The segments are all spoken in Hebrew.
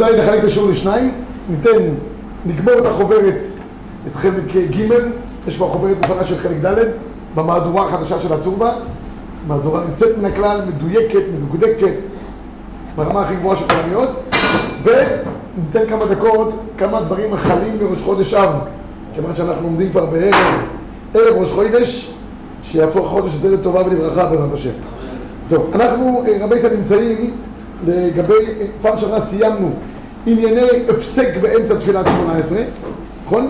אולי נחלק את השיעור לשניים, נגמור את החוברת, את חלק ג', יש כבר חוברת מוכנה של חלק ד', במהדורה החדשה של הצורבה, מהדורה יוצאת מן הכלל, מדויקת, מדוקדקת, ברמה הכי גבוהה של תלמיות, וניתן כמה דקות, כמה דברים החלים בראש חודש אב, כיוון שאנחנו עומדים כבר ערב ראש חודש, שיהפוך חודש הזה לטובה ולברכה בעזרת השם. טוב, אנחנו רבי ישראל נמצאים לגבי, פעם שעברה סיימנו ענייני הפסק באמצע תפילת 18, נכון?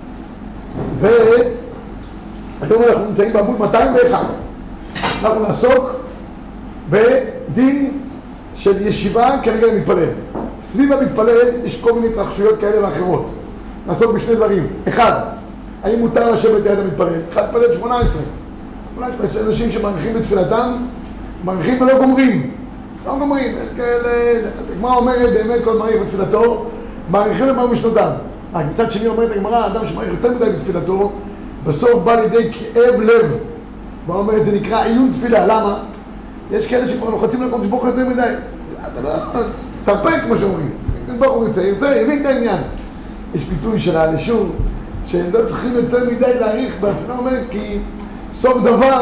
והיום אנחנו נמצאים בעמוד 201. אנחנו נעסוק בדין של ישיבה כנגד המתפלל. סביב המתפלל יש כל מיני התרחשויות כאלה ואחרות. נעסוק בשני דברים. אחד, האם מותר לשבת ליד המתפלל? אחד, מתפלל 18. אולי יש אנשים שמעריכים בתפילתם, מעריכים ולא גומרים. לא גומרים, כאלה, הגמרא אומרת באמת כל מעריך בתפילתו, מעריכים למה משנותם. מצד שני אומרת הגמרא, האדם שמעריך יותר מדי בתפילתו, בסוף בא לידי כאב לב. מה אומרת, זה נקרא עיון תפילה, למה? יש כאלה שכבר לוחצים לקום שבוך יותר מדי. אתה לא, תרפק כמו שאומרים. בוך הוא ירצה, יבין את העניין. יש ביטוי של הלשון, שהם לא צריכים יותר מדי להעריך בתפילה, אומרת, כי סוף דבר,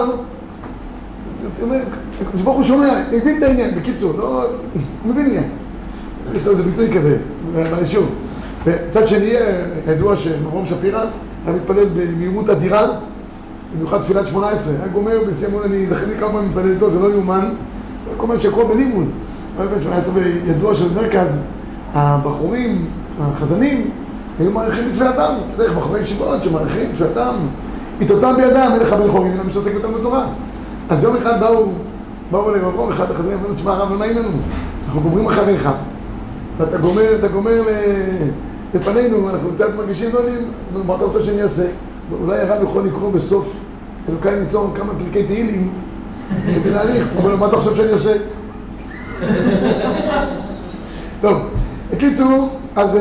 שבוך הוא שומע, הבין את העניין, בקיצור, לא, מבין עניין. יש לו איזה ביטוי כזה, בלשון. בצד שני, ידוע שמרום שפירא היה מתפלל במהירות אדירה, במיוחד תפילת 18, היה גומר בסיימון, אני זכיתי כמה פעמים מתפלל איתו, זה לא יאומן, הוא אומר שהכל בלימוד. בן 18 ידוע של מרכז, הבחורים, החזנים, היו מעריכים בתפילתם, איך בחורי ישיבות שמעריכים בתפילתם, איתותם בידם, אין לך בן חורים, אין מי שעוסק אותם בתורה. אז יום אחד באו לרבו, אחד החזנים, אמרו, תשמע הרב, מה אין לנו? אנחנו גומרים אחריך, ואתה גומר לפנינו, אנחנו קצת מרגישים לא נעים, מה אתה רוצה שאני אעשה? אולי הרב יכול לקרוא בסוף אלוקי ניצור כמה פרקי תהילים כדי להעריך, אבל מה אתה חושב שאני עושה? טוב, בקיצור, אז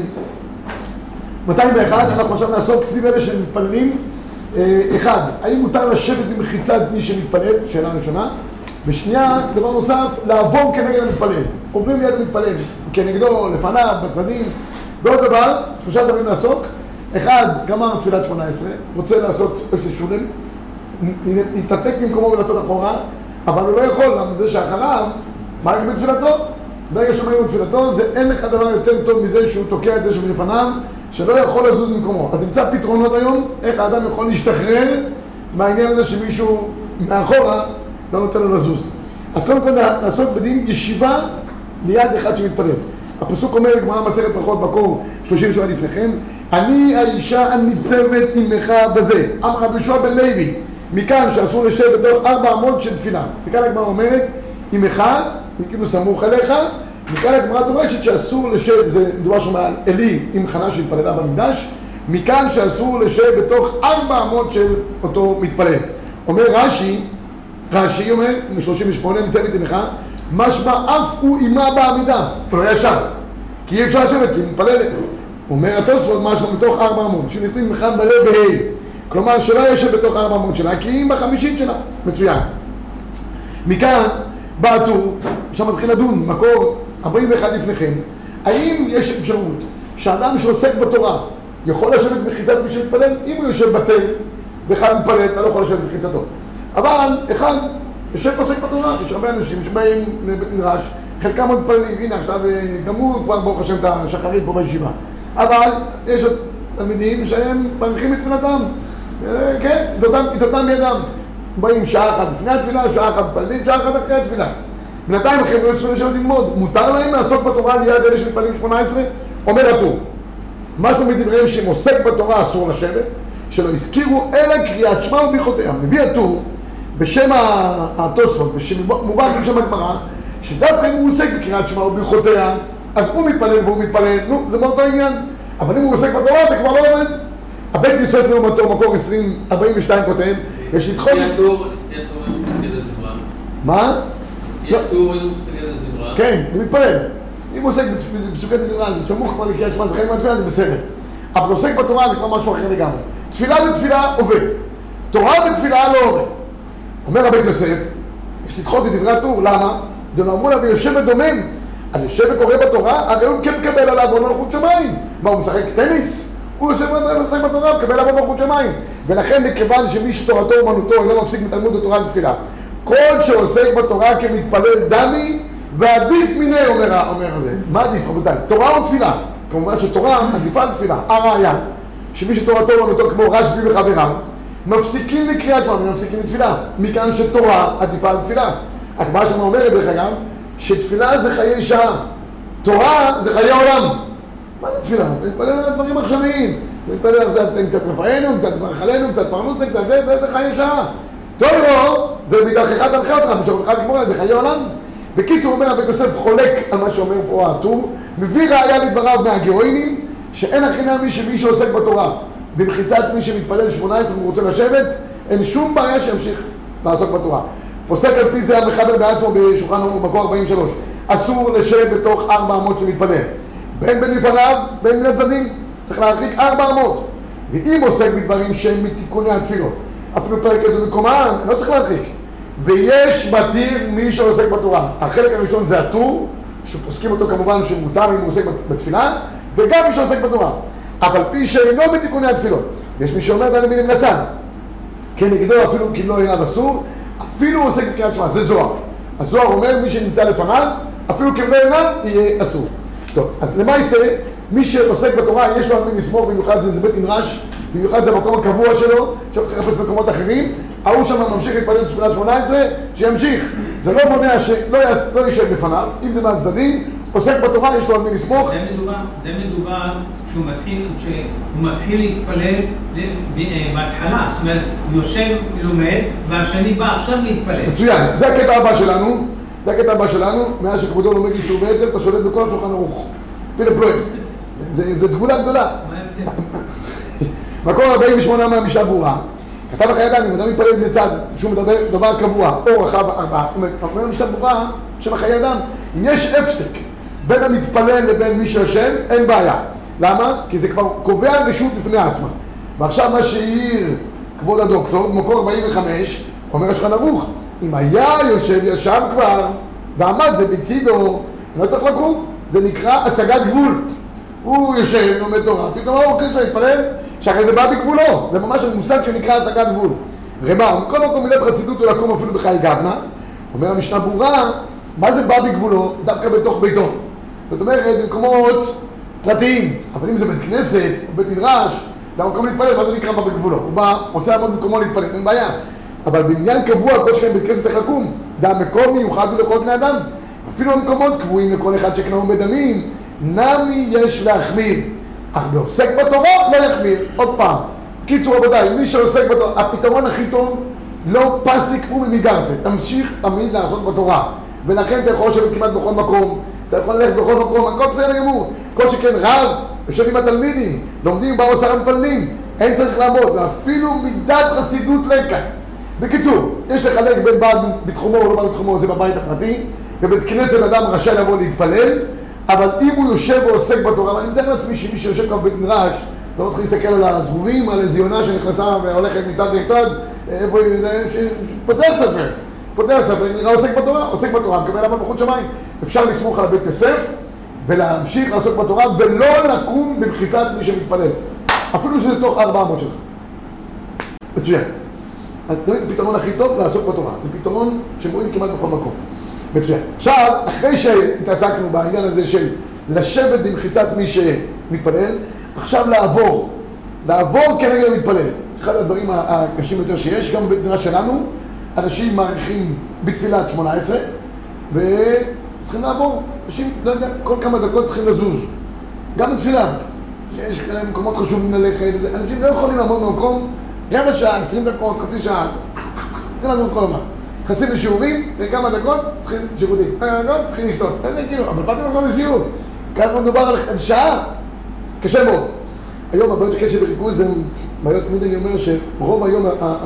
201, אנחנו עכשיו נעסוק סביב אלה שמתפללים. אחד, האם מותר לשבת במחיצת מי שמתפלל? שאלה ראשונה. ושנייה, דבר נוסף, לעבור כנגד המתפלל. עוברים ליד המתפלל, כנגדו, לפניו, בצדדים. ועוד דבר, שלושה דברים לעסוק. אחד, גמר תפילת 18, רוצה לעשות איזה שולם, להתעתק במקומו ולעשות אחורה, אבל הוא לא יכול, למה זה שאחריו, מעריך בתפילתו. ברגע שהוא מעריך בתפילתו, אין לך דבר יותר טוב מזה שהוא תוקע את זה שבלפניו, שלא יכול לזוז במקומו. אז נמצא פתרונות היום, איך האדם יכול להשתחרר מהעניין הזה שמישהו מאחורה לא נותן לו לזוז. אז קודם כל נעסוק בדין ישיבה ליד אחד שמתפלל. הפסוק אומר, גמרא מסכת ברכות בקור 30 שנה לפניכם, אני האישה הניצבת עמך בזה. אמר רבי יהושע בן לוי, מכאן שאסור לשבת בתוך 4 אמות של תפילה. מכאן הגמרא אומרת, עמך, כאילו סמוך אליך, מכאן הגמרא דורשת שאסור לשבת, זה מדובר שם על אלי עם חנה שהתפללה במקדש, מכאן שאסור לשבת בתוך 4 אמות של אותו מתפלל. אומר רש"י אומר, מ-38, ניצבת עמך, משמע אף הוא עמה בעמידה, אבל לא ישב, כי אי אפשר לשבת, כי היא מתפללת. אומר התוספות משמע בתוך 4 אמות, שנכתים אחד מלא בה', כלומר שלא ישב בתוך 4 אמות שלה, כי היא בחמישית שלה, מצוין. מכאן בא הטור, שם מתחיל לדון, מקור 41 לפניכם, האם יש אפשרות שאדם שעוסק בתורה יכול לשבת במחיצת מי שמתפלל? אם הוא יושב בטל ואחד מתפלל, אתה לא יכול לשבת במחיצתו. אבל אחד יושב ועוסק בתורה, יש הרבה אנשים שבאים לבית מדרש, חלקם מתפללים, הנה עכשיו גם הוא כבר ברוך השם את השחרית פה בישיבה. אבל יש עוד תלמידים שהם מעריכים את תפילתם, כן, איתותם בידם. באים שעה אחת לפני התפילה, שעה אחת מתפללים, שעה אחת אחרי התפילה. בינתיים החבר'ה צריכים לשבת ללמוד, מותר להם לעסוק בתורה ליד אלה שמתפללים 18? אומר הטור, משהו מדבריהם שהם עוסק בתורה אסור לשבת, שלא הזכירו אלא קריאת שמע וברכותיה. מביא הטור בשם התוספות, מובן בשם הגמרא, שדווקא אם הוא עוסק בקריאת שמע וברכותיה, אז הוא מתפלל והוא מתפלל, נו, זה באותו עניין. אבל אם הוא עוסק בתורה, זה כבר לא עובד. הבית יוסף לעומתו, מקור 42 כותב, יש לדחות... לפי הטור הוא מסגד הזמרה. מה? לפי הטור הוא מסגד הזמרה. כן, הוא מתפלל. אם הוא עוסק בסוגת הזמרה, זה סמוך כבר לקריאת שמע, זה חלק מהתפילה, זה בסדר. אבל עוסק בתורה זה כבר משהו אחר לגמרי. תפילה בתפילה עובד. תורה בתפילה לא עובד. אומר הבית יוסף, יש לדחות את דברי הטור, למה? דנו אמרו לה ויושב ודומם, אני יושב וקורא בתורה, הרי הוא כן מקבל עליו עול מלכות שמיים. מה, הוא משחק טניס? הוא יושב ומשחק בתורה, הוא מקבל עליו עול מלכות שמיים. ולכן מכיוון שמי שתורתו אומנותו אינו מפסיק מתלמוד התורה לתפילה. כל שעוסק בתורה כמתפלל דמי ועדיף מיני, אומר זה. מה עדיף, רבותיי? תורה או תפילה? כמובן שתורה עדיפה על תפילה. הראיה, שמי שתורתו אומנותו כמו רשב"י וחבריו, מפסיקים לקריאת שמע, מפסיקים לתפילה. מכאן שתורה עדיפה על תפילה. הגמרא שם אומרת דרך אגב, שתפילה זה חיי שעה, תורה זה חיי עולם. מה זה תפילה? תתפלל על דברים עכשוויים. תתפלל על קצת רפאנו, קצת מרחלנו, קצת פרנות, זה חיי שעה. תוירו, זה מדרכך תנחה אותך, בשביל לגמור על זה חיי עולם. בקיצור אומר הבית יוסף חולק על מה שאומר פה הטור, מביא ראיה לדבריו מהגאונים, שאין החינם שמי שעוסק בתורה, במחיצת מי שמתפלל 18 ורוצה לשבת, אין שום בעיה שימשיך לעסוק בתורה. פוסק על פי זה המחבר בעצמו בשולחן ערוך מקור 43. אסור לשבת בתוך 400 שמתפלל. בין בנפניו, בין מן הצדדים. צריך להרחיק 400. ואם עוסק בדברים שהם מתיקוני התפילות, אפילו פרק איזו מקומן, לא צריך להרחיק. ויש מתיר מי שעוסק בתורה. החלק הראשון זה הטור, שפוסקים אותו כמובן שמותר אם הוא עוסק בתפילה, וגם מי שעוסק בתורה. אבל פי שאינו בתיקוני התפילות. יש מי שאומר דן מילים לצד. כנגדו אפילו כי לא אליו אסור, אפילו הוא עוסק בקריאת שמע, זה זוהר. הזוהר אומר מי שנמצא לפניו, אפילו כי לא אליו, יהיה אסור. טוב, אז למה יעשה? מי שעוסק בתורה, יש לו על מי לסמוך, במיוחד זה בית נדרש, במיוחד זה המקום הקבוע שלו, עכשיו צריך לחפש מקומות אחרים, ההוא שם ממשיך להתפלל בתפילת 18, שימשיך. זה לא מונע שלא יישב בפניו, אם זה מהצדדים, עוסק בתורה, יש לו על מי לסמוך. זה מדובר שהוא מתחיל להתפלל בהתחלה, זאת אומרת, הוא יושב ולומד, והשני בא עכשיו להתפלל. מצוין, זה הקטע הבא שלנו, מאז שכבודו לומד איסור והיתר, אתה שולט בכל השולחן ערוך. פילה פלואים. זה סגולה גדולה. מקור 48 מהמשנה ברורה. כתב החיי אדם, אם אדם מתפלל מצד, שהוא מדבר דבר קבוע, או רחב ארבע, אומר המשנה ברורה, שם החיי אדם, אם יש הפסק בין המתפלל לבין מי שיושב, אין בעיה. למה? כי זה כבר קובע רשות לפני עצמה. ועכשיו מה שהעיר כבוד הדוקטור, במקור 45, אומר השולחן ערוך, אם היה ישב כבר, ועמד זה בצידו, לא צריך לקום, זה נקרא השגת גבול. הוא יושב, לומד תורה, פתאום הוא הולכים להתפלל, שאחרי זה בא בגבולו. זה ממש מושג שנקרא השגת גבול. רמה, מכל מקום מידת חסידות הוא לקום אפילו בחיי גבנה, אומר המשנה ברורה, מה זה בא בגבולו? דווקא בתוך ביתו. זאת אומרת, במקומות פרטיים, אבל אם זה בית כנסת או בית מדרש, זה המקום להתפלל, מה זה נקרא בא בגבולו? הוא בא, רוצה לעמוד במקומו להתפלל, אין בעיה. אבל בעניין קבוע, כל שכן בית כנסת צריך לקום. זה המקום מיוחד לכל בני אדם. אפילו המקומות קבועים לכל אחד שקנאו בדמים, נמי יש להחמיר. אך בעוסק בתורה לא יחמיר. עוד פעם, קיצור רבותיי, מי שעוסק בתורה, הפתרון הכי טוב, לא פסיק ומגרסה. תמשיך תמיד לעשות בתורה. ולכן אתה יכול לשבת כמעט בכל מקום, אתה יכול ללכת בכל מקום, הכל בסדר גמור. כל שכן רב, יושב עם התלמידים, לומדים באו 10 מתפללים, אין צריך לעמוד, ואפילו מידת חסידות לקה. בקיצור, יש לחלק בין בעל בתחומו או לא בעל בתחומו, זה בבית הפרטי, בבית כנסת אדם רשאי לבוא להתפלל, אבל אם הוא יושב ועוסק בתורה, ואני מתאר לעצמי שמי שיושב גם בבית מדרש, לא מתחיל להסתכל על הזבובים, על איזו יונה שנכנסה והולכת מצד לצד, איפה היא, פותר ספר, נראה עוסק בתורה, מקבל עליו מלכות שמיים. אפשר לסמוך על הבית יוסף ולהמשיך לעסוק בתורה ולא לקום במחיצת מי שמתפלל. אפילו שזה תוך 400 שלך. מצוין. אז תמיד הפתרון הכי טוב לעסוק בתורה. זה פתרון שמורים כמעט בכל מקום. מצוין. עכשיו, אחרי שהתעסקנו בעניין הזה של לשבת במחיצת מי שמתפלל, עכשיו לעבור כנגד המתפלל. אחד הדברים הקשים יותר שיש, גם במדינה שלנו, אנשים מעריכים בתפילת 18, וצריכים לעבור. אנשים, לא יודע, כל כמה דקות צריכים לזוז. גם בתפילה, שיש כאלה מקומות חשובים ללכת, אנשים לא יכולים לעמוד במקום, רבע שעה, 20 דקות, חצי שעה, צריכים לעמוד כל הזמן. נכנסים לשיעורים, וכמה דקות צריכים שירותים. צריכים לשתות. אבל באתם לכל לשיעור. ככה מדובר על שעה, קשה מאוד. היום הבעיות של קשב וריכוז הן בעיות, תמיד אני אומר שרוב היום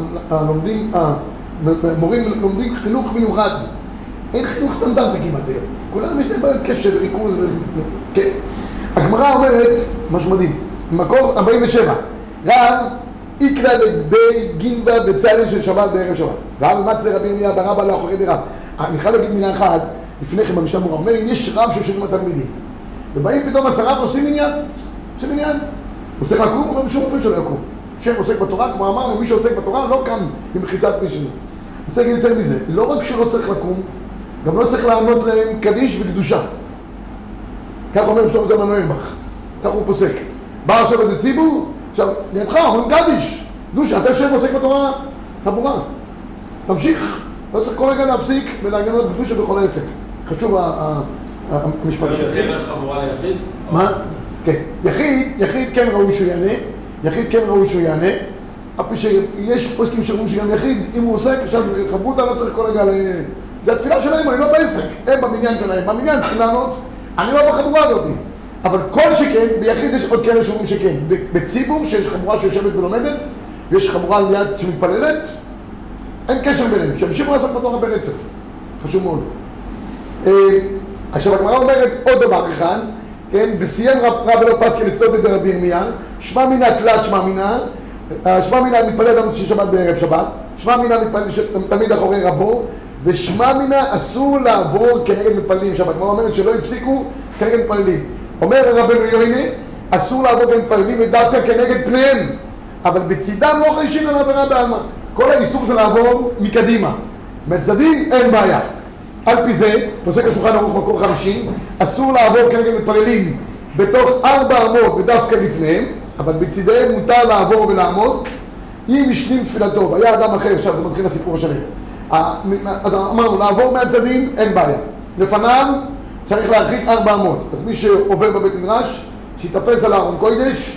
המורים לומדים חינוך מיוחד. אין חינוך סטנדרטי כמעט היום. כולם יש להם בעיות קשב וריכוז. כן. הגמרא אומרת, משהו מדהים, מקור 47, רב איקרא לבי גינדה בצלאל של שבת בערב שבת. רב מצא רבי ירמיה ברבא לאחורי דרב. אני חייב להגיד מילה אחת, לפני כן במשנה ברורה, אומר, אם יש רב שיושב עם התלמידים, ובאים פתאום 10 ועושים עניין, הוא צריך לקום, הוא אומר, בשום אופן שלא יקום. שם עוסק בתורה, כמו אמרנו, מי שעוסק בתורה לא קם במחיצת מישהו. אני רוצה להגיד יותר מזה, לא רק שהוא לא צריך לקום, גם לא צריך לענות להם קדיש וקדושה. כך אומר שלמה זלמן אוירבך, כך הוא פוסק. בא עכשיו איזה ציבור, עכשיו, לידך, אומרים קדיש, קדושה, אתה שם עוסק בתורה, חבורה. תמשיך, לא צריך כל רגע להפסיק ולהגנות קדושה בכל העסק. חשוב המשפט הזה. שייכים על חבורה ליחיד? מה? כן. יחיד כן ראוי שהוא יענה. אף פי שיש פוסקים שאומרים שגם יחיד, אם הוא עוסק, עכשיו חברותה לא צריך כל רגע זה התפילה שלהם, אני לא בעסק. הם במניין שלהם. במניין צריכים לענות, אני לא בחבורה הזאת. אבל כל שכן, ביחיד יש עוד כאלה שאומרים שכן. בציבור שיש חבורה שיושבת ולומדת, ויש חבורה ליד שמתפללת, אין קשר ביניהם, שימשיכו לעשות בתורה ברצף. חשוב מאוד. עכשיו הגמרא אומרת עוד דבר אחד, כן? וסיים רב אלו פסקי לצטות את רבי ירמיה, שמע מינה תלת שמע מינה, שמע מינה מתפלל גם שבת בערב שבת, שמע מינה מתפלל תמיד אחורי רבו, ושמע מינה אסור לעבור כנגד מתפללים שבת. הגמרא אומרת שלא הפסיקו כנגד מתפללים. אומר רבנו יוינה, אסור לעבור כנגד מתפללים ודווקא כנגד פניהם, אבל בצידם לא חיישים על עבירה בעלמא. כל האיסור זה לעבור מקדימה. מצדדים אין בעיה. על פי זה, פוסק השולחן ערוך מקור 50, אסור לעבור כנגד מתפללים בתוך 4 אמות ודווקא לפניהם, אבל בצדיהם מותר לעבור ולעמוד אם השלים תפילתו. והיה אדם אחר, עכשיו זה מתחיל לסיפור השלם. אז אמרנו, לעבור מהצדים אין בעיה. לפניו צריך להרחיק 4 אמות. אז מי שעובר בבית מדרש, שיתאפס על הארון קודש,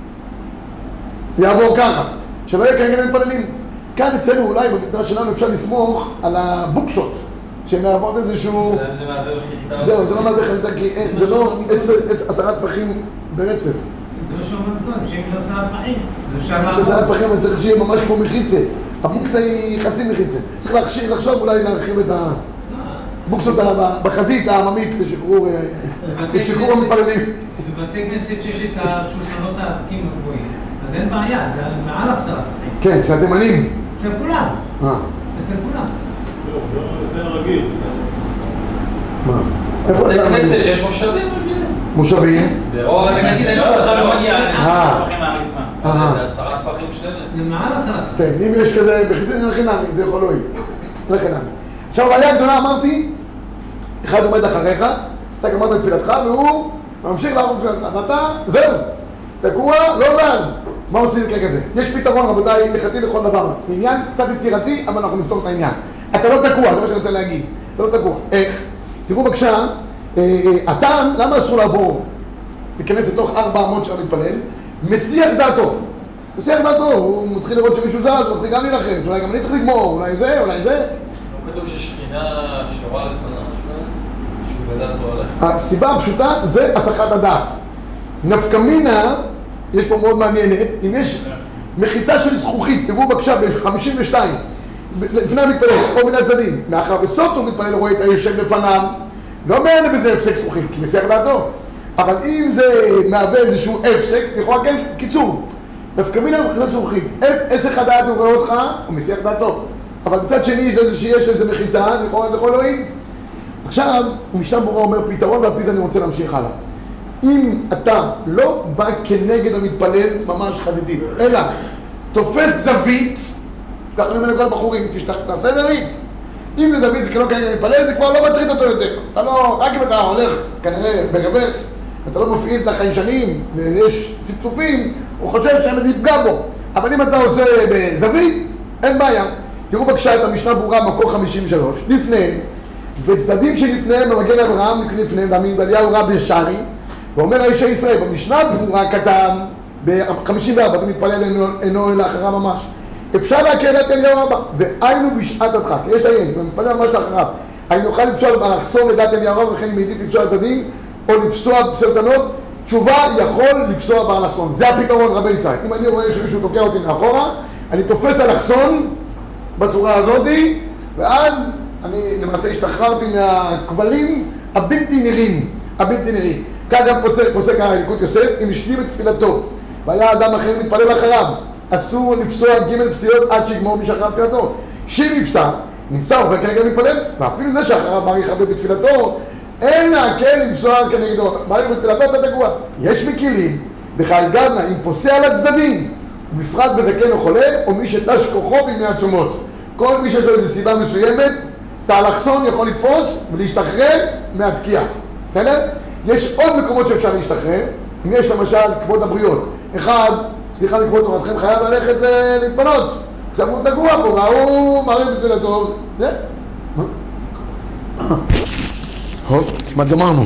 יעבור ככה, שלא יהיה כנגד מתפללים. כאן אצלנו אולי במדרש שלנו אפשר לסמוך על הבוקסות שמעבוד איזשהו... זה מעבר חיצה. זהו, זה לא מעבר חיצה כי זה לא 10 טפחים ברצף. זה מה שאומרים קודם, שאם לא 10 טפחים, יש 10 טפחים, אבל צריך שיהיה ממש כמו מחיצה. הבוקסה היא חצי מחיצה. צריך לחשוב אולי להרחיב את הבוקסות בחזית העממית לשחרור המתפללים. בבתי כנסת שיש את השולחנות העתיקים הגבוהים, אז אין בעיה, זה מעל 10 טפחים. כן, שהתימנים. אצל כולם. אצל כולם. זה הרגיל. מה? איפה זה אתה? כנסת שיש מושבים רגילים. מושבים? ברוב הכנסת יש לא מגיע טפחים מהמצווה. 10 טפחים שלמים. זה מעל 10 טפחים. כן, אם יש כזה בחיצה זה לחינמי, זה יכול להועיל. לחינמי. עכשיו, בעיה גדולה אמרתי, אחד עומד אחריך, אתה גמרת את תפילתך והוא ממשיך לעבור תפילתך, ואתה, זהו, תקוע, לא זז. מה עושים במקרה כזה? יש פתרון, רבותיי, הלכתי לכל דבר. עניין קצת יצירתי, אבל אנחנו נפתור את העניין. אתה לא תקוע, זה מה שאני רוצה להגיד. אתה לא תקוע. איך? תראו בבקשה, הטעם, למה אסור לעבור? להיכנס לתוך 4 אמות של המתפלל? מסיח דעתו. מסיח דעתו, הוא מתחיל לראות שמישהו זז, הוא מתחיל גם להילחם, אולי גם אני צריך לגמור, אולי זה, אולי זה. לא כתוב ששכינה שורה לפניו משהו? שהוא גדס או הולך? הסיבה הפשוטה זה הסחת הדעת. נפקא מינה, יש פה מאוד מעניינת, אם יש מחיצה של זכוכית, תראו בבקשה ב-52, לפני המתפלל, או מן הצדדים, מאחר בסוף הוא מתפלל רואה את היושב לפניו, לא מעניין בזה הפסק זכוכית, כי מסיח דעתו. אבל אם זה מהווה איזשהו הפסק, לכאורה כן, קיצור, נפקא מינה מחיצה זכוכית, עסק הדעת הוא רואה אותך, הוא מסיח דעתו. אבל מצד שני יש איזה מחיצה, לכאורה זה יכול להועיל. עכשיו, משנה ברורה אומר פתרון, ועל פי זה אני רוצה להמשיך הלאה. אם אתה לא בא כנגד המתפלל ממש חזיתית, אלא תופס זווית, כך אני אומר לכל הבחורים, תעשה זווית. אם זה זווית זה לא כנגד המתפלל, זה כבר לא מטריד אותו יותר. אתה לא, רק אם אתה הולך כנראה ברוורס, אתה לא מפעיל את החיישנים, ויש צפצופים, הוא חושב שזה יפגע בו. אבל אם אתה עושה בזווית, אין בעיה. תראו בבקשה את המשנה ברורה, מקור 53, לפניהם, וצדדים שלפניהם, במגן אברהם, לפניהם, ואליהו רבי ישרי, ואומר האיש הישראל, במשנה ברורה כתב, ב-54, אתה מתפלל אינו אלא אחריו ממש. אפשר להקל את אליהו רבא, והיינו בשעת הדחק, יש לעיין, ומתפלל ממש לאחריו. היינו נוכל לפסול לחסום לדעת אליהו רבא, וכן אם העדיף לפסול הצדדים, או לפסוע בסרטנות, תשובה יכול לפסוע באלכסון. זה הפתרון רבי ישראל. אם אני רואה שמישהו תוקע אותי מאחורה, אני תופס אלכסון בצורה הזאת, ואז אני למעשה השתחררתי מהכבלים הבלתי נראים. כך גם פוסק הליקוט יוסף, אם השלים את תפילתו, והיה אדם אחר מתפלל אחריו, אסור לפסוע ג' פסיעות עד שיגמור משחרר תפילתו. שאם יפסע, נמצא אוכל כנגד המתפלל, ואפילו זה שאחריו מעריך הרבה בתפילתו, אין להקל לנסוע כנגדו, מעריך בתפילתו אתה תגוע. יש מקילים, בחייל גדנה, אם פוסע על הצדדים, ובפרט בזקן או חולה, או מי שתש כוחו בימי עצומות. כל מי שיש לו איזו סיבה מסוימת, תהלכסון יכול לתפוס ולהשתחרר מהתקיעה. בסדר? יש עוד מקומות שאפשר להשתחרר, אם יש למשל כבוד הבריות. אחד, סליחה לכבוד תורתכם, חייב ללכת להתפנות. עכשיו הוא תגוע פה, והוא מעריך בתפילתו. זה? כמעט גמרנו.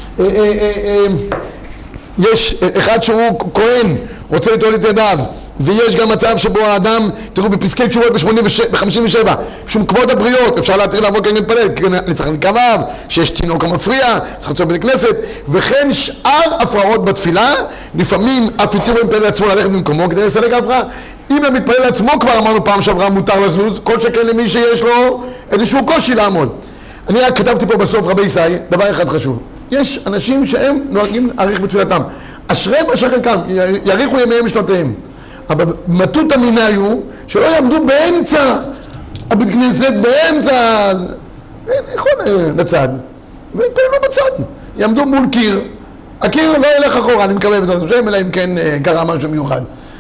יש אחד שהוא כהן, רוצה לטול את ידיו, ויש גם מצב שבו האדם, תראו בפסקי תשובות ב-57, שום כבוד הבריות, אפשר להתחיל לעבוד כנגד מתפלל, צריך לקרב, שיש תינוק המפריע, צריך לצאת בית הכנסת, וכן שאר הפרעות בתפילה, לפעמים אף יתירו למתפלל עצמו ללכת במקומו כדי לסלק ההפרעה. אם המתפלל עצמו כבר אמרנו פעם שעברה מותר לזוז, כל שכן למי שיש לו איזשהו קושי לעמוד. אני רק כתבתי פה בסוף רבי ישי, דבר אחד חשוב. יש אנשים שהם נוהגים להאריך בתפילתם. אשרי אשר חלקם, יאריכו ימיהם שנותיהם. אבל מטות המינאי הוא שלא יעמדו באמצע הבית כנסת, באמצע, יכול לצד, ויתפללו בצד. יעמדו מול קיר, הקיר לא ילך אחורה, אני מקווה בצד השם, אלא אם כן קרה משהו מיוחד.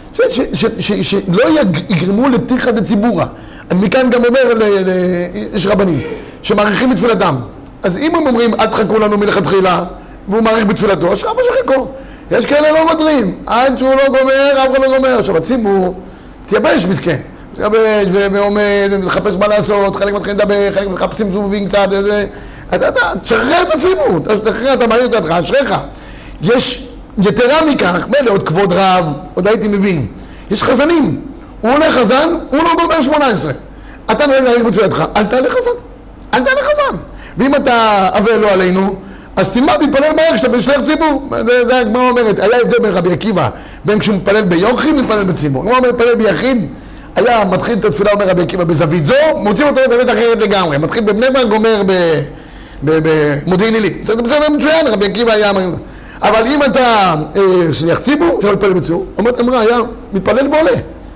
שלא יגרמו לתיחא דציבורא. אני מכאן גם אומר, יש רבנים שמעריכים בתפילתם. אז אם הם אומרים, אל תחכו לנו מלכתחילה, והוא מעריך בתפילתו, אשריו שחכו. יש כאלה לא מדרים, עד שהוא לא גומר, אף אחד לא גומר. עכשיו הציבור תייבש מסכן, תייבש ועומד ומחפש מה לעשות, חלק מתחיל לדבר, חלק מחפשים זבובים קצת, אתה תשחרר את הציבור, אתה מעריך את ידך, אשריך. יש יתרה מכך, מילא עוד כבוד רב, עוד הייתי מבין, יש חזנים, הוא עולה חזן, הוא לא גומר 18. אתה נוהג להעריך בתפילתך, אל תעלה חזן, אל תעלה חזן. ואם אתה אבל לא עלינו, אז תלמד להתפלל מהר כשאתה בשליח ציבור. זה הגמרא אומרת, היה הבדל בין רבי עקיבא, בין כשהוא מתפלל ביחיד ומתפלל בציבור. הוא אומר, מתפלל ביחיד, היה מתחיל את התפילה, אומר רבי עקיבא, בזווית זו, מוצאים אותו לזווית אחרת לגמרי. מתחיל בבני ברק, גומר במודיעין עילית. זה בסדר מצוין, רבי עקיבא היה... אבל אם אתה שליח ציבור, אפשר להתפלל בציבור, אומרת אמרה, היה מתפלל ועולה.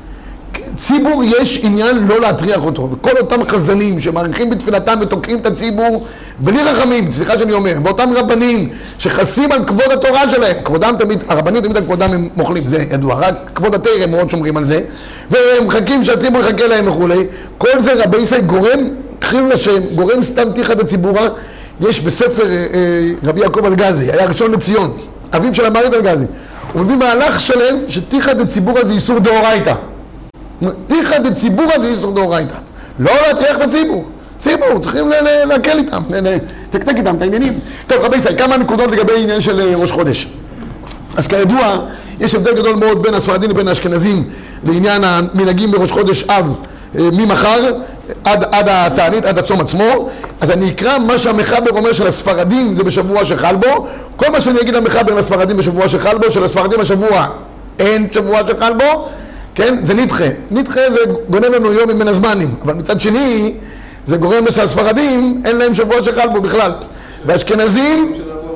ציבור יש עניין לא להטריח אותו, וכל אותם חזנים שמעריכים בתפילתם ותוקעים את הציבור בלי רחמים, סליחה שאני אומר, ואותם רבנים שחסים על כבוד התורה שלהם, כבודם תמיד, הרבנים תמיד על כבודם הם מוכלים, זה ידוע, רק כבוד התורה הם מאוד שומרים על זה, והם מחכים שהציבור יחכה להם וכולי, כל זה רבי ישי גורם, חילול השם, גורם סתם תיחא דציבורא. יש בספר רבי יעקב אלגזי, היה ראשון לציון, אביו של המעריד אלגזי, הוא מביא מהלך שלם שתיחא דציבורא זה איסור דאורייתא. תיחא דציבורא זה איסור דאורייתא. לא להטריח את הציבור. ציבור, צריכים להקל איתם, לתקתק איתם את העניינים. טוב, רבי ישי, כמה נקודות לגבי עניין של ראש חודש. אז כידוע, יש הבדל גדול מאוד בין הספרדים לבין האשכנזים לעניין המנהגים בראש חודש אב ממחר עד התענית, עד הצום עצמו. אז אני אקרא מה שהמחבר אומר של הספרדים זה בשבוע שחל בו. כל מה שאני אגיד למחבר לספרדים בשבוע שחל בו, של הספרדים השבוע אין שבוע שחל בו, כן? זה נדחה. נדחה זה גונב לנו יום מבין הזמנים, אבל מצד שני זה גורם שהספרדים אין להם שבוע שחל בו בכלל. והאשכנזים...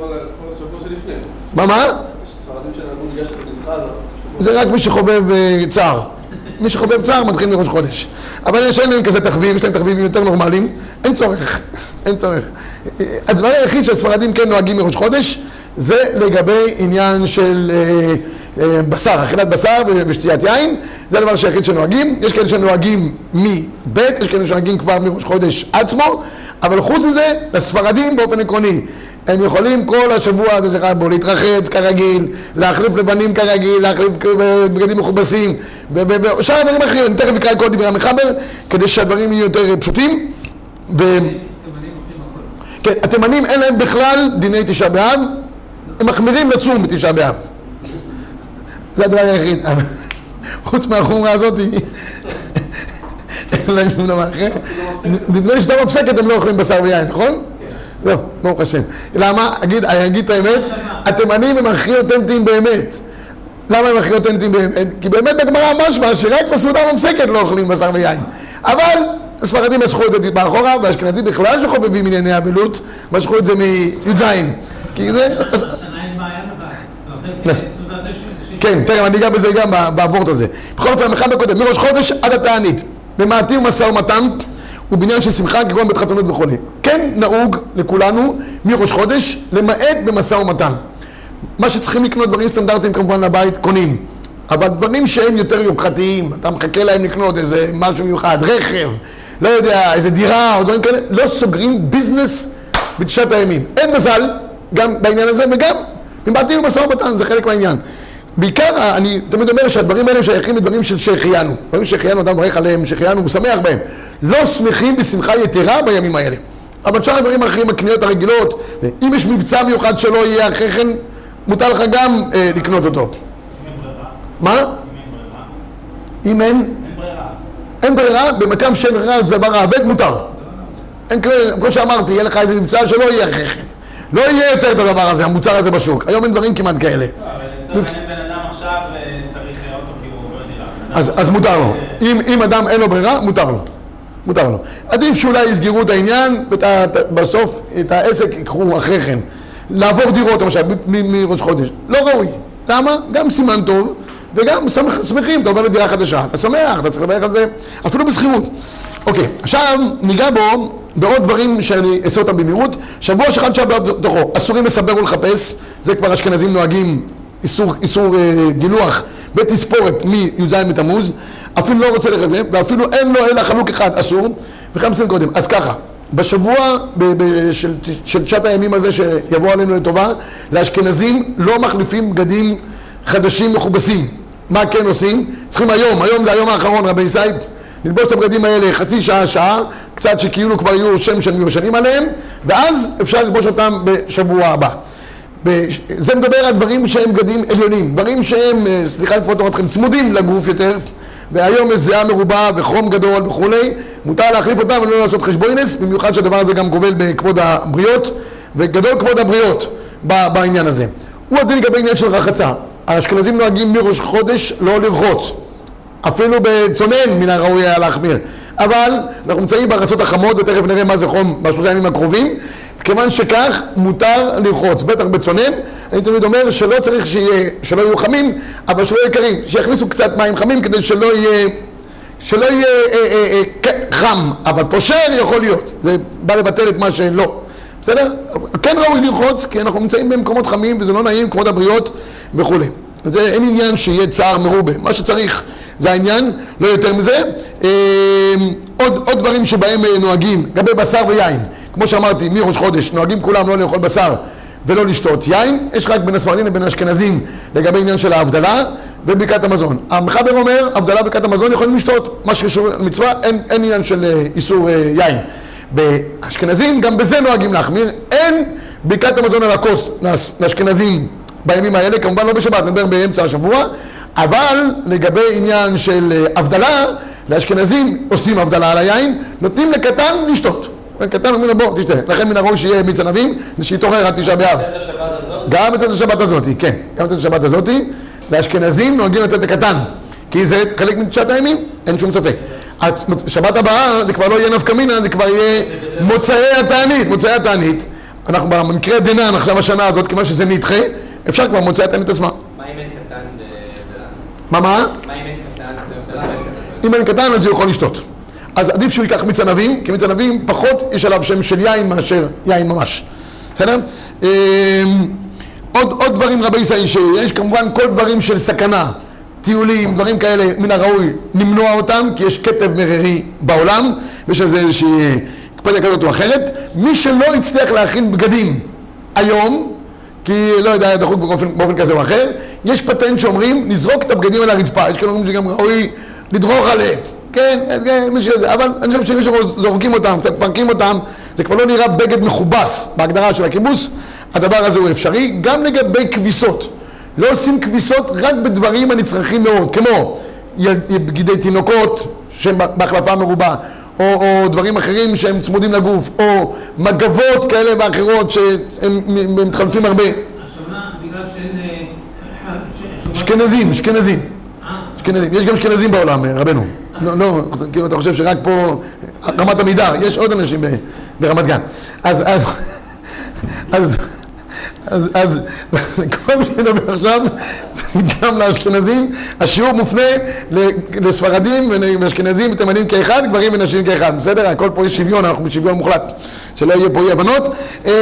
מה? זה רק מי שחובב צער. מי שחובב צער מתחיל מראש חודש. אבל יש להם כזה תחביב, יש להם תחביבים יותר נורמליים, אין צורך, אין צורך. הדבר היחיד שהספרדים כן נוהגים מראש חודש, זה לגבי עניין של בשר, אכילת בשר ושתיית יין, זה הדבר שהיחיד שנוהגים. יש כאלה שנוהגים מבית, יש כאלה שנוהגים כבר מראש חודש עצמו, אבל חוץ מזה, לספרדים באופן עקרוני, הם יכולים כל השבוע הזה שחל בו להתרחץ כרגיל, להחליף לבנים כרגיל, להחליף בגדים מכובסים ושאר הדברים אחרים. אני תכף אקרא כל דברי המחבר כדי שהדברים יהיו יותר פשוטים. כן, התימנים אין להם בכלל דיני תשעה באב, הם מחמירים לצום בתשעה באב. זה הדבר היחיד. חוץ מהחומרה הזאת אין להם שום דבר אחר. נדמה לי שאתה מפסקת, הם לא אוכלים בשר ויין, נכון? לא, ברוך השם. למה? אגיד את האמת, התימנים הם הכי אותנטיים באמת. למה הם הכי אותנטיים באמת? כי באמת בגמרא משמע שרק בסעודה המפסקת לא אוכלים בשר ויין. אבל הספרדים משכו את זה טיפה אחורה, והאשכנזים בכלל שחובבים ענייני אבלות, משכו את זה מי"ז. כי זה... כן, תראה, אני אגע בזה גם בעבורת הזה. בכל אופן, המחבר קודם, מראש חודש עד התענית, במעטים משא ומתן, הוא בניין של שמחה כגון בית חתונות וכו'. כן נהוג לכולנו מראש חודש למעט במשא ומתן. מה שצריכים לקנות, דברים סטנדרטיים כמובן לבית, קונים. אבל דברים שהם יותר יוקרתיים, אתה מחכה להם לקנות איזה משהו מיוחד, רכב, לא יודע, איזה דירה או דברים כאלה, לא סוגרים ביזנס בתשעת הימים. אין מזל גם בעניין הזה, וגם אם באתי במשא ומתן, זה חלק מהעניין. בעיקר, אני תמיד אומר שהדברים האלה שייכים לדברים של שהחיינו. דברים שהחיינו, אדם מברך עליהם, שהחיינו, הוא שמח בהם. לא שמחים בשמחה יתרה בימים האלה. אבל שאר הדברים האחרים, הקניות הרגילות, אם יש מבצע מיוחד שלא יהיה אחרי כן, מותר לך גם לקנות אותו. מה? אם אין? אין ברירה, במקום שאין ברירה זה דבר העבד מותר. אין כמו שאמרתי, יהיה לך איזה מבצע שלא יהיה אחרי כן. לא יהיה יותר את הדבר הזה, המוצר הזה בשוק. היום אין דברים כמעט כאלה. אבל לצורך העניין בן אדם עכשיו צריך אוטו כי הוא לא דירה. אז מותר לו. אם אדם אין לו ברירה, מותר לו. מותר לו. עדיף שאולי יסגרו את העניין, ובסוף את העסק ייקחו אחרי כן. לעבור דירות, למשל, מראש חודש. לא ראוי. למה? גם סימן טוב, וגם שמחים. אתה עובר לדירה חדשה. אתה שמח, אתה צריך לברך על זה, אפילו בסחירות. אוקיי, עכשיו ניגע בו בעוד דברים שאני אעשה אותם במהירות. שבוע שאחד שבוע בתוכו, אסורים לסבר ולחפש, זה כבר אשכנזים נוהגים, איסור גילוח ותספורת מי"ז בתמוז, אפילו לא רוצה לחזה, ואפילו אין לו אלא חלוק אחד אסור, וכמה מסיים קודם. אז ככה, בשבוע של תשעת הימים הזה שיבוא עלינו לטובה, לאשכנזים לא מחליפים בגדים חדשים מכובסים. מה כן עושים? צריכים היום זה היום האחרון, רבי ישראל, ללבוש את הבגדים האלה חצי שעה, קצת שכאילו כבר יהיו שם של מיושנים עליהם, ואז אפשר ללבוש אותם בשבוע הבא. זה מדבר על דברים שהם בגדים עליונים, דברים שהם, סליחה לפחות תורתכם, צמודים לגוף יותר, והיום יש זיעה מרובה וחום גדול וכולי, מותר להחליף אותם ולא לעשות חשבונס, במיוחד שהדבר הזה גם גובל בכבוד הבריות, וגדול כבוד הבריות בעניין הזה. הוא הדין לגבי עניין של רחצה. האשכנזים נוהגים מראש חודש לא לרחוץ. אפילו בצונן מן הראוי היה להחמיר. אבל אנחנו נמצאים בארצות החמות, ותכף נראה מה זה חום בשלושה ימים הקרובים, וכיוון שכך מותר לרחוץ, בטח בצונן. אני תמיד אומר שלא צריך שלא יהיו חמים, אבל שלא יהיו קרים, שיכניסו קצת מים חמים כדי שלא יהיה חם, אבל פושר יכול להיות, זה בא לבטל את מה שלא. בסדר? כן ראוי לרחוץ, כי אנחנו נמצאים במקומות חמים וזה לא נעים, כבוד הבריות וכו'. זה אין עניין שיהיה צער מרובה, מה שצריך זה העניין, לא יותר מזה. עוד דברים שבהם נוהגים, לגבי בשר ויין, כמו שאמרתי, מראש חודש נוהגים כולם לא לאכול בשר ולא לשתות יין, יש רק בין הספרדים לבין האשכנזים לגבי עניין של ההבדלה וברכת המזון. המחבר אומר, הבדלה ברכת המזון יכולים לשתות, מה שקשור למצווה, אין עניין של איסור יין. באשכנזים גם בזה נוהגים להחמיר, אין ברכת המזון על הכוס לאשכנזים בימים האלה, כמובן לא בשבת, נדבר באמצע השבוע, אבל לגבי עניין של הבדלה, לאשכנזים עושים הבדלה על היין, נותנים לקטן לשתות. קטן אומרים לו בוא תשתה, לכן מן הראוי שיהיה מיץ ענבים, שיתעורר עד תשעה באב. גם את השבת הזאת, כן, גם את השבת הזאת, לאשכנזים נוהגים לתת לקטן, כי זה חלק מתשעת הימים, אין שום ספק. שבת הבאה זה כבר לא יהיה נפקא מינה, זה כבר יהיה מוצאי התענית. אנחנו במקרה דנן עכשיו השנה הזאת, כיוון שזה נדחה, אפשר כבר מוצאי התענית עצמה. מה אם אין קטן בהבדלה? מה? מה אם אין קטן בהבדלה? אם אין קטן אז הוא יכול לשתות. אז עדיף שהוא ייקח מיץ ענבים, כי מיץ ענבים פחות יש עליו שם של יין מאשר יין ממש. בסדר? עוד דברים רבי ישראל שיש, כמובן כל דברים של סכנה, טיולים, דברים כאלה, מן הראוי למנוע אותם, כי יש כתב מררי בעולם, ויש איזה איזושהי קפדיה כזאת או אחרת. מי שלא יצטרך להכין בגדים היום, כי לא יודע, דחוק באופן כזה או אחר, יש פטנט שאומרים, נזרוק את הבגדים על הרצפה, יש כאלה אומרים שגם ראוי לדרוך עליהם. כן, אבל אני חושב שמי שזורקים אותם, פרקים אותם, זה כבר לא נראה בגד מכובס בהגדרה של הכיבוס. הדבר הזה הוא אפשרי, גם לגבי כביסות. לא עושים כביסות רק בדברים הנצרכים מאוד, כמו בגידי תינוקות שהם בהחלפה מרובה, או דברים אחרים שהם צמודים לגוף, או מגבות כאלה ואחרות שהם מתחלפים הרבה. השונה בגלל אשכנזים. יש גם אשכנזים בעולם, רבנו. לא, כאילו אתה חושב שרק פה רמת עמידר, יש עוד אנשים ברמת גן. אז אז כל מה שנדבר עכשיו, זה גם לאשכנזים, השיעור מופנה לספרדים ואשכנזים ותימנים כאחד, גברים ונשים כאחד, בסדר? הכל פה יש שוויון, אנחנו בשוויון מוחלט, שלא יהיה פה אי הבנות.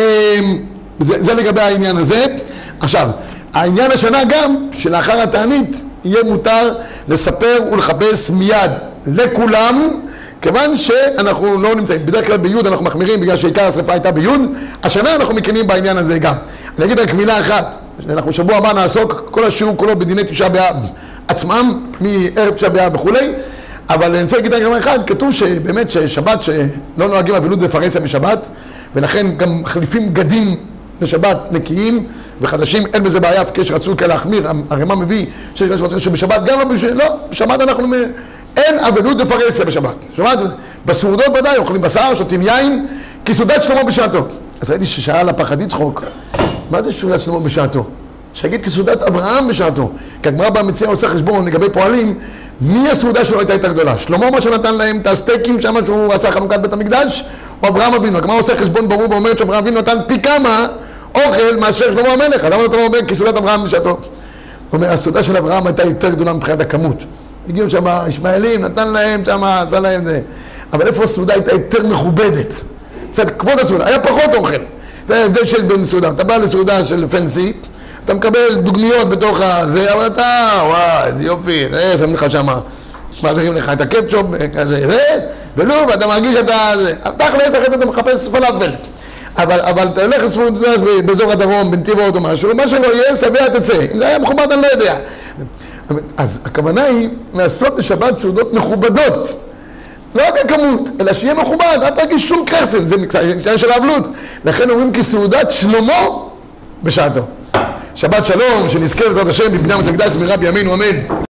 זה לגבי העניין הזה. עכשיו, העניין השנה גם, שלאחר התענית, יהיה מותר לספר ולחפש מיד לכולם, כיוון שאנחנו לא נמצאים, בדרך כלל ביוד אנחנו מחמירים בגלל שעיקר השריפה הייתה ביוד, השנה אנחנו מקיימים בעניין הזה גם. אני אגיד רק מילה אחת, אנחנו שבוע הבא נעסוק כל השיעור כולו בדיני תשעה באב עצמם, מערב תשעה באב וכולי, אבל אני רוצה להגיד רק אחד, כתוב שבאמת ששבת שלא נוהגים אבלות בפרהסיה בשבת, ולכן גם מחליפים בגדים לשבת נקיים וחדשים, אין בזה בעיה, כשרצו כאלה להחמיר, הרמ"א מביא שיש כאלה שבשבת גם לא, בשבת אנחנו אין אבלות בפרהסיה בשבת. שבת, בסעודות ודאי, אוכלים בשר, שותים יין, כסעודת שלמה בשעתו. אז ראיתי ששאל הפחד יצחוק, מה זה סעודת שלמה בשעתו? שיגיד כסעודת אברהם בשעתו. כי הגמרא במציאה עושה חשבון לגבי פועלים, מי הסעודה שלו הייתה יותר גדולה? שלמה מה שנתן להם את הסטייקים שם שהוא עשה חנוכת בית המקדש, או אברהם אבינו? הגמרא עושה חשבון ברור ואומרת שאברהם אבינו נתן פי כמה אוכל מאשר שלמה המלך. אז למה אתה אומר כסעודת אברהם בשעתו? הוא אומר, הסעודה של אברהם הייתה יותר גדולה מבחינת הכמות. הגיעו שם ישמעאלים, נתן להם שם, עשה להם זה. אבל איפה הסעודה הייתה יותר מכובדת? קצת כבוד הסעודה, היה פחות אוכל. זה ההבדל של בין סעודה. אתה בא לסעודה של פנסי, אתה מקבל דוגמיות בתוך הזה, אבל אתה, וואי, איזה יופי, שמים לך שם, מעבירים לך את הקפצ'ופ, כזה, זה, ולא, ואתה מרגיש שאתה, תכלס, אחרי זה אתה מחפש פלאפל. אבל אתה הולך לסעודה באזור הדרום, בנתיבות או משהו, מה שלא יהיה, שבע תצא. אם זה היה מכובד, אני לא יודע. אז הכוונה היא לעשות בשבת סעודות מכובדות, לא רק הכמות, אלא שיהיה מכובד, אל תרגיש שום קרצן, זה מקצוע של האבלות. לכן אומרים כסעודת שלמה בשעתו. שבת שלום, שנזכה בעזרת השם, בבני המקדש במהרה בימינו, אמן.